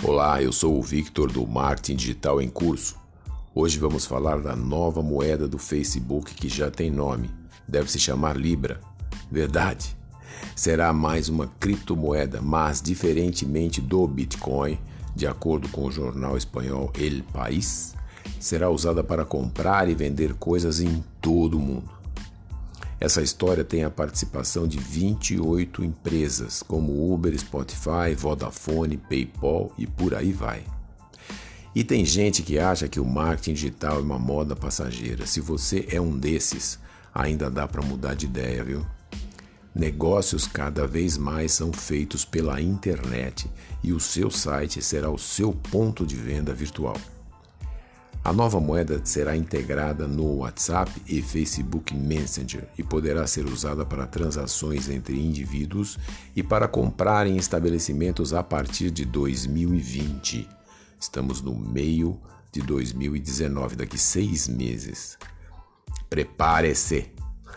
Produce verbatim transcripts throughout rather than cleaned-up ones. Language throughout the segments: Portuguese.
Olá, eu sou o Victor do Marketing Digital em Curso. Hoje vamos falar da nova moeda do Facebook que já tem nome. Deve se chamar Libra. Verdade? Será mais uma criptomoeda, mas diferentemente do Bitcoin, de acordo com o jornal espanhol El País, será usada para comprar e vender coisas em todo o mundo. Essa história tem a participação de vinte e oito empresas, como Uber, Spotify, Vodafone, PayPal e por aí vai. E tem gente que acha que o marketing digital é uma moda passageira. Se você é um desses, ainda dá para mudar de ideia, viu? Negócios cada vez mais são feitos pela internet e o seu site será o seu ponto de venda virtual. A nova moeda será integrada no WhatsApp e Facebook Messenger e poderá ser usada para transações entre indivíduos e para comprar em estabelecimentos a partir de dois mil e vinte. Estamos no meio de dois mil e dezenove, daqui seis meses. Prepare-se!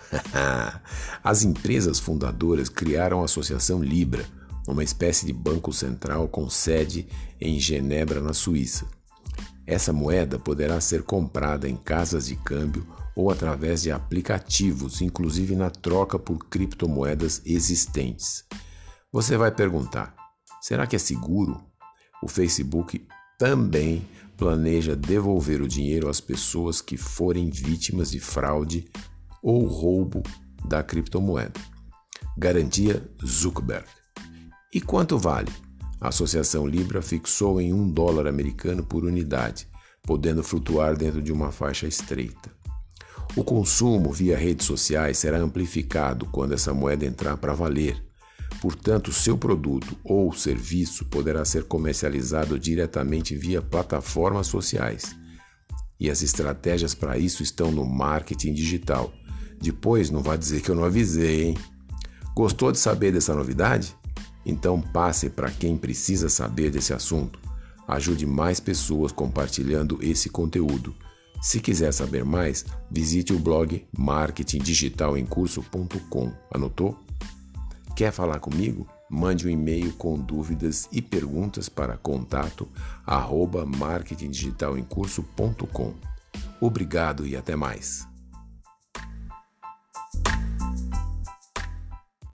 As empresas fundadoras criaram a Associação Libra, uma espécie de banco central com sede em Genebra, na Suíça. Essa moeda poderá ser comprada em casas de câmbio ou através de aplicativos, inclusive na troca por criptomoedas existentes. Você vai perguntar, será que é seguro? O Facebook também planeja devolver o dinheiro às pessoas que forem vítimas de fraude ou roubo da criptomoeda. Garantia Zuckerberg. E quanto vale? A Associação Libra fixou em um dólar americano por unidade, podendo flutuar dentro de uma faixa estreita. O consumo via redes sociais será amplificado quando essa moeda entrar para valer. Portanto, seu produto ou serviço poderá ser comercializado diretamente via plataformas sociais. E as estratégias para isso estão no marketing digital. Depois não vai dizer que eu não avisei, hein? Gostou de saber dessa novidade? Então passe para quem precisa saber desse assunto. Ajude mais pessoas compartilhando esse conteúdo. Se quiser saber mais, visite o blog marketing digital em curso ponto com. Anotou? Quer falar comigo? Mande um e-mail com dúvidas e perguntas para contato arroba marketing digital em curso ponto com. Obrigado e até mais.